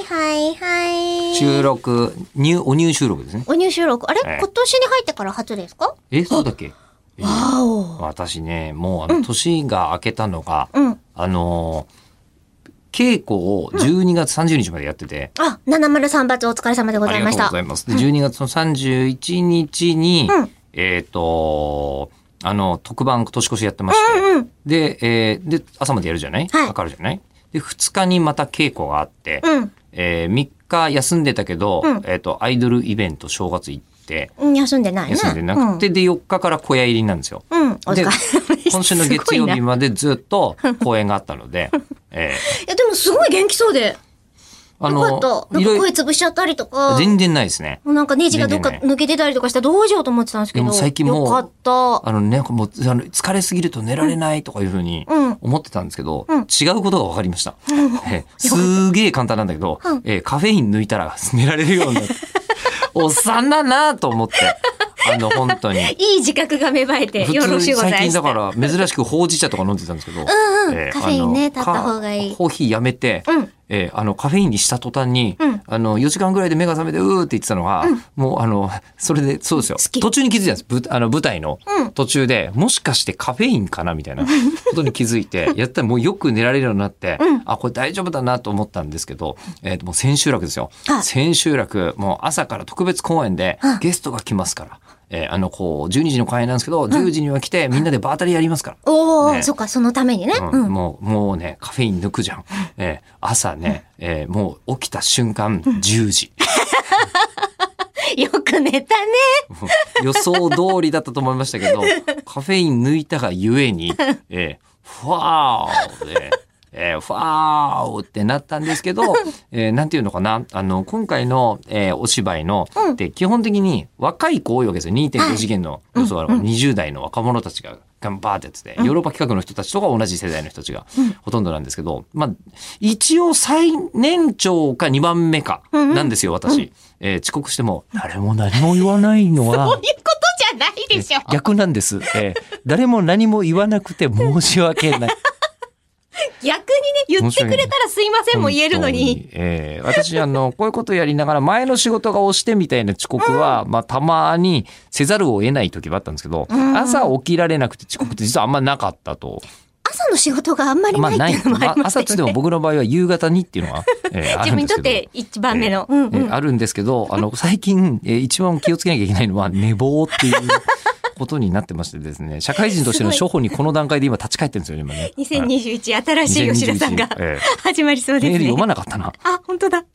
はいはい。 収録、お入収録ですね。 お入収録。あれ、今年に入ってから初ですか？ そうだっけ？ わお。 私ね、もう年が明けたのが、稽古を12月30日までやってて。 703発お疲れ様でございました。 ありがとうございます。で、12月の31日に、特番年越しやってまして、で、朝までやるじゃない？かかるじゃない？で、2日にまた稽古があって、3日休んでたけど、アイドルイベント正月行って、 休んでないね。 休んでなくて、で、4日から小屋入りなんですよ。で、今週の月曜日までずっと公演があったので、 でもすごい元気そうで。よかった。なんか声潰しちゃったりとか。 全然ないですね。 なんかネジがどっか抜けてたりとかしたらどうしようと思ってたんですけど。 でも最近もう、 よかった。 もう疲れすぎると寝られないとかいうふうに思ってたんですけど、違うことが分かりました。すげえ簡単なんだけど、カフェイン抜いたら寝られるようになって、おっさんだなと思って。本当に。 いい自覚が芽生えてよろしゅうございます。 最近だから珍しくほうじ茶とか飲んでたんですけど。 カフェインね、立った方がいい。 コーヒーやめて、カフェインにした途端に、4時間ぐらいで目が覚めて、うーって言ってたのが、もうそれで、そうですよ。途中に気づいたんです。舞台の途中で、もしかしてカフェインかなみたいなことに気づいて、やったらもうよく寝られるようになって、これ大丈夫だなと思ったんですけど、もう千秋楽ですよ。千秋楽、もう朝から特別公演でゲストが来ますから。12時の公演なんですけど、10時には来て、みんなでバータリーやりますから。 そっか、そのためにね。 もうね、カフェイン抜くじゃん。朝ね、もう起きた瞬間、10時。 よく寝たね。 予想通りだったと思いましたけど、カフェイン抜いたがゆえに、ふわーで、ファーってなったんですけど、なんていうのかな、今回の、お芝居の、で、基本的に若い子多いわけですよ。2.5 次元の要素があるから、20代の若者たちが頑張ってやってて、ヨーロッパ企画の人たちとか同じ世代の人たちがほとんどなんですけど、一応最年長か2番目かなんですよ、私。遅刻しても、誰も何も言わないのは、 そういうことじゃないでしょ。 逆なんです。誰も何も言わなくて申し訳ない。 逆にね、言ってくれたらすいませんも言えるのに。 私、こういうことやりながら前の仕事が押してみたいな遅刻は、たまにせざるを得ない時はあったんですけど、朝起きられなくて遅刻って実はあんまなかったと。 朝の仕事があんまりないっていうのもありますよね。 朝って言っても僕の場合は夕方にっていうのが、 自分にとって一番目の。 あるんですけど、最近、一番気をつけなきゃいけないのは寝坊っていう。ことになってましてですね、社会人としての処方にこの段階で今立ち返ってるんですよ、今ね。 2021、新しい吉田さんが始まりそうですね。 メール読まなかったな。 本当だ。